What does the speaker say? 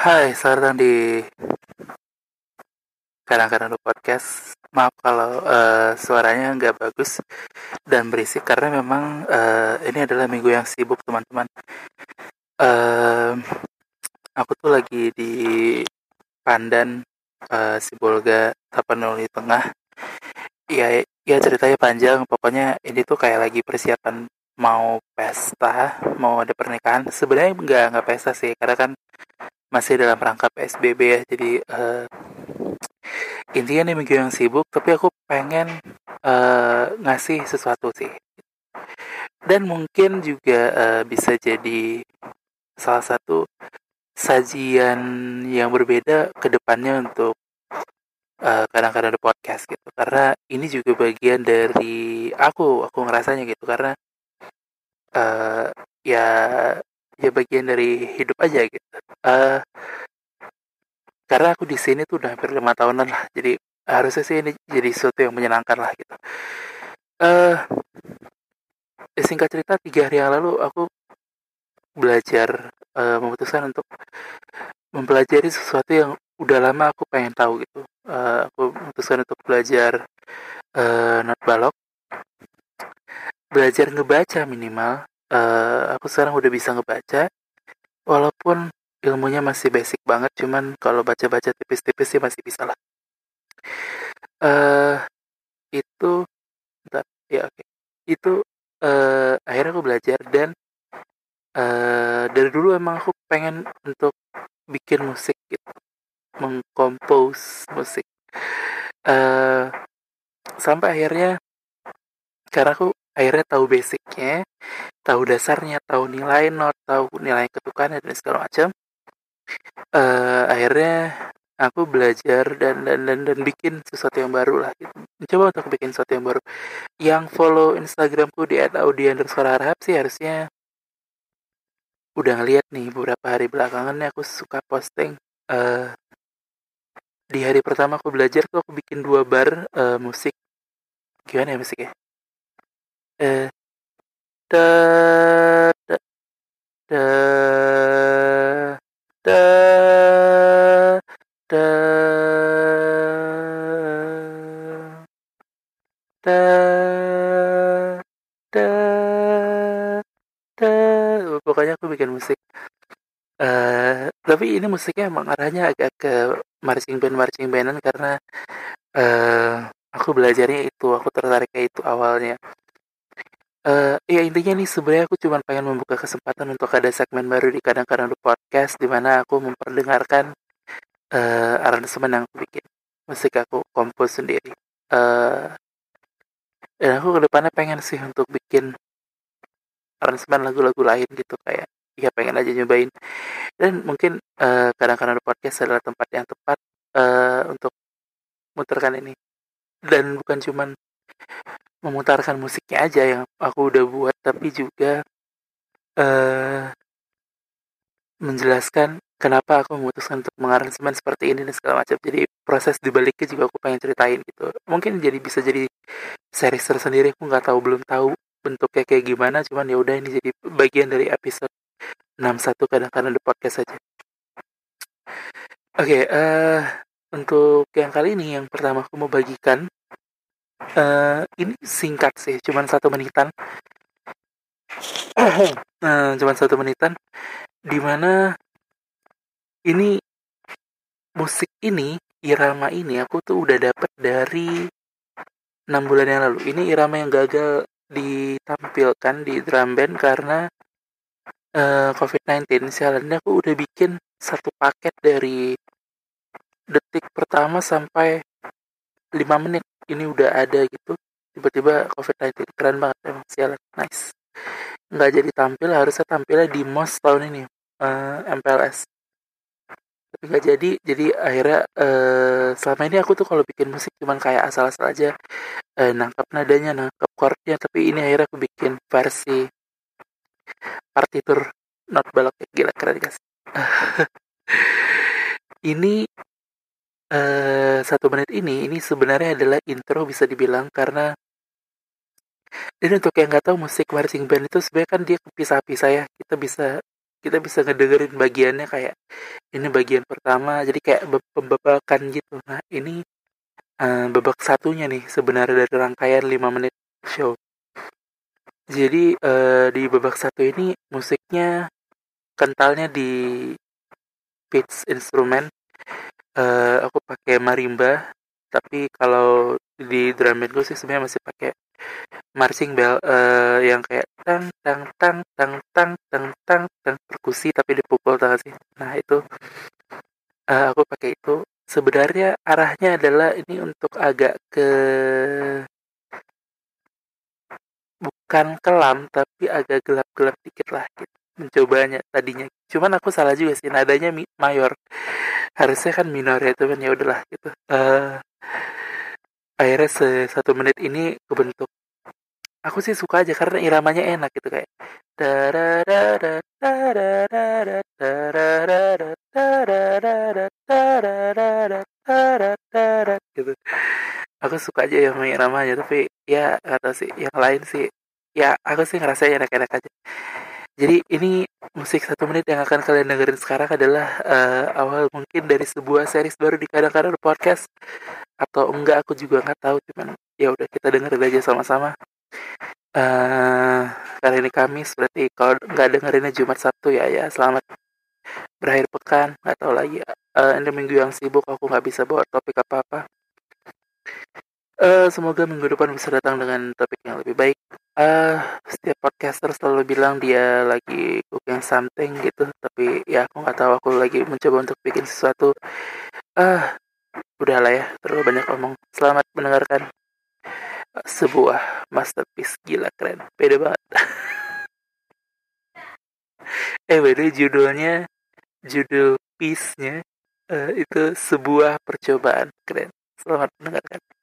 Hai, selamat datang di Kadang-Kadang Podcast. Maaf kalau suaranya nggak bagus dan berisik karena memang ini adalah minggu yang sibuk, teman-teman. Eh, aku tuh lagi di Pandan, Sibolga, Tapanuli Tengah. Ya ceritanya panjang. Pokoknya ini tuh kayak lagi persiapan mau pesta, mau ada pernikahan. Sebenarnya nggak pesta sih, karena kan masih dalam rangka PSBB ya. Jadi intinya nih minggu yang sibuk, tapi aku pengen ngasih sesuatu sih, dan mungkin juga bisa jadi salah satu sajian yang berbeda ke depannya untuk kadang-kadang ada podcast gitu, karena ini juga bagian dari aku ngerasanya gitu, karena eh, ya ya bagian dari hidup aja gitu. Eh, karena aku di sini tuh udah hampir 5 tahunan lah, jadi harusnya sih ini jadi sesuatu yang menyenangkan lah gitu. eh Singkat cerita, 3 hari yang lalu aku memutuskan untuk mempelajari sesuatu yang udah lama aku pengen tahu gitu. Aku memutuskan untuk belajar not balok, belajar ngebaca minimal. Aku sekarang udah bisa ngebaca, walaupun ilmunya masih basic banget, cuman kalau baca-baca tipis-tipis sih masih bisa lah. eh itu bentar, ya oke. Itu akhirnya aku belajar, dan dari dulu emang aku pengen untuk bikin musik gitu, mengkompos musik. eh Sampai akhirnya, karena aku akhirnya tahu basicnya, tahu dasarnya, tahu nilai not, tahu nilai ketukannya dan segala macam. Akhirnya aku belajar dan bikin sesuatu yang baru lah gitu. Mencoba untuk bikin sesuatu yang baru. Yang follow Instagramku di @audi_harahap sih harusnya udah ngeliat nih, beberapa hari belakangan nih aku suka posting. Di hari pertama aku belajar tuh aku bikin 2 bar musik. Gimana ya musiknya? Eh, da, da, da, da, da, da, da, da. Pokoknya aku bikin musik. Tapi ini musiknya emang arahnya agak ke marching bandan, karena eh aku belajarnya itu, aku tertarik kayak itu awalnya. Ya intinya nih, sebenarnya aku cuma pengen membuka kesempatan untuk ada segmen baru di Kadang-Kadang The Podcast, di mana aku memperdengarkan aransemen yang aku bikin, musik aku kompos sendiri. eh dan aku kedepannya pengen sih untuk bikin aransemen lagu-lagu lain gitu, kayak ya pengen aja nyobain. Dan mungkin Kadang-Kadang The Podcast adalah tempat yang tepat untuk memutarkan ini, dan bukan cuman memutarkan musiknya aja yang aku udah buat, tapi juga eh menjelaskan kenapa aku memutuskan untuk mengaransemen seperti ini dan segala macam. Jadi proses dibaliknya juga aku pengen ceritain gitu. Mungkin jadi bisa jadi series tersendiri, aku nggak tahu, belum tahu bentuknya kayak gimana. Cuman ya udah, ini jadi bagian dari episode 61 Kadang-Kadang The Podcast saja. Oke, untuk yang kali ini, yang pertama aku mau bagikan, ini singkat sih, cuman 1 menitan. Cuman 1 menitan, dimana ini musik ini, irama ini aku tuh udah dapet dari 6 bulan yang lalu. Ini irama yang gagal ditampilkan di drum band karena COVID-19. Sialannya aku udah bikin 1 paket dari detik pertama sampai 5 menit. Ini udah ada gitu. Tiba-tiba COVID-19. Keren banget emang, sialan. Nice. Nggak jadi tampil, harusnya tampilnya di MOS tahun ini. MPLS. Tapi nggak jadi akhirnya selama ini aku tuh kalau bikin musik cuman kayak asal-asal aja, nangkap nadanya, nangkap chordnya, tapi ini akhirnya aku bikin versi partitur not balok. Gila, keren guys. Ini 1 menit ini sebenarnya adalah intro bisa dibilang, karena ini untuk yang nggak tahu, musik marching band itu sebenarnya kan dia kepisah-pisah ya. Kita bisa kita bisa ngedengerin bagiannya kayak ini bagian pertama, jadi kayak pembabakan gitu. Nah ini babak satunya nih sebenarnya dari rangkaian 5 menit show. Jadi di babak satu ini musiknya kentalnya di pitch instrumen. Aku pakai marimba, tapi kalau di drum band gue sih sebenarnya masih pakai marching bell yang kayak tang tang tang tang tang tang tang tang perkusi tapi dipukul tau gak sih. Nah itu aku pakai itu. Sebenarnya arahnya adalah ini untuk agak ke bukan kelam tapi agak gelap-gelap dikit lah gitu. Mencobanya tadinya. Cuman aku salah juga sih nadanya mayor. Harusnya kan minor ya itu kan ya udahlah gitu. Akhirnya satu menit ini kebentuk. Aku sih suka aja karena iramanya enak gitu kayak dararara, tararara, tararara, tararara, tararara, tararara, gitu. Aku suka aja yang main iramanya tapi ya kata sih yang lain sih ya aku sih ngerasa enak-enak aja. Jadi ini musik satu menit yang akan kalian dengerin sekarang adalah awal mungkin dari sebuah series baru di kadang-kadang podcast atau enggak aku juga nggak tahu cuman ya udah kita dengerin aja sama-sama. eh Kali ini Kamis berarti kalau nggak dengerinnya Jumat Sabtu ya ya selamat berakhir pekan nggak tahu lagi. Ini minggu yang sibuk aku nggak bisa bawa topik apa-apa. Semoga minggu depan bisa datang dengan topik yang lebih baik. Setiap podcaster selalu bilang dia lagi cooking something gitu, tapi ya aku nggak tahu aku lagi mencoba untuk bikin sesuatu. Ah, udahlah ya, terlalu banyak ngomong. Selamat mendengarkan sebuah masterpiece gila keren, beda banget. Beda judulnya, judul piece-nya itu sebuah percobaan keren. Selamat mendengarkan.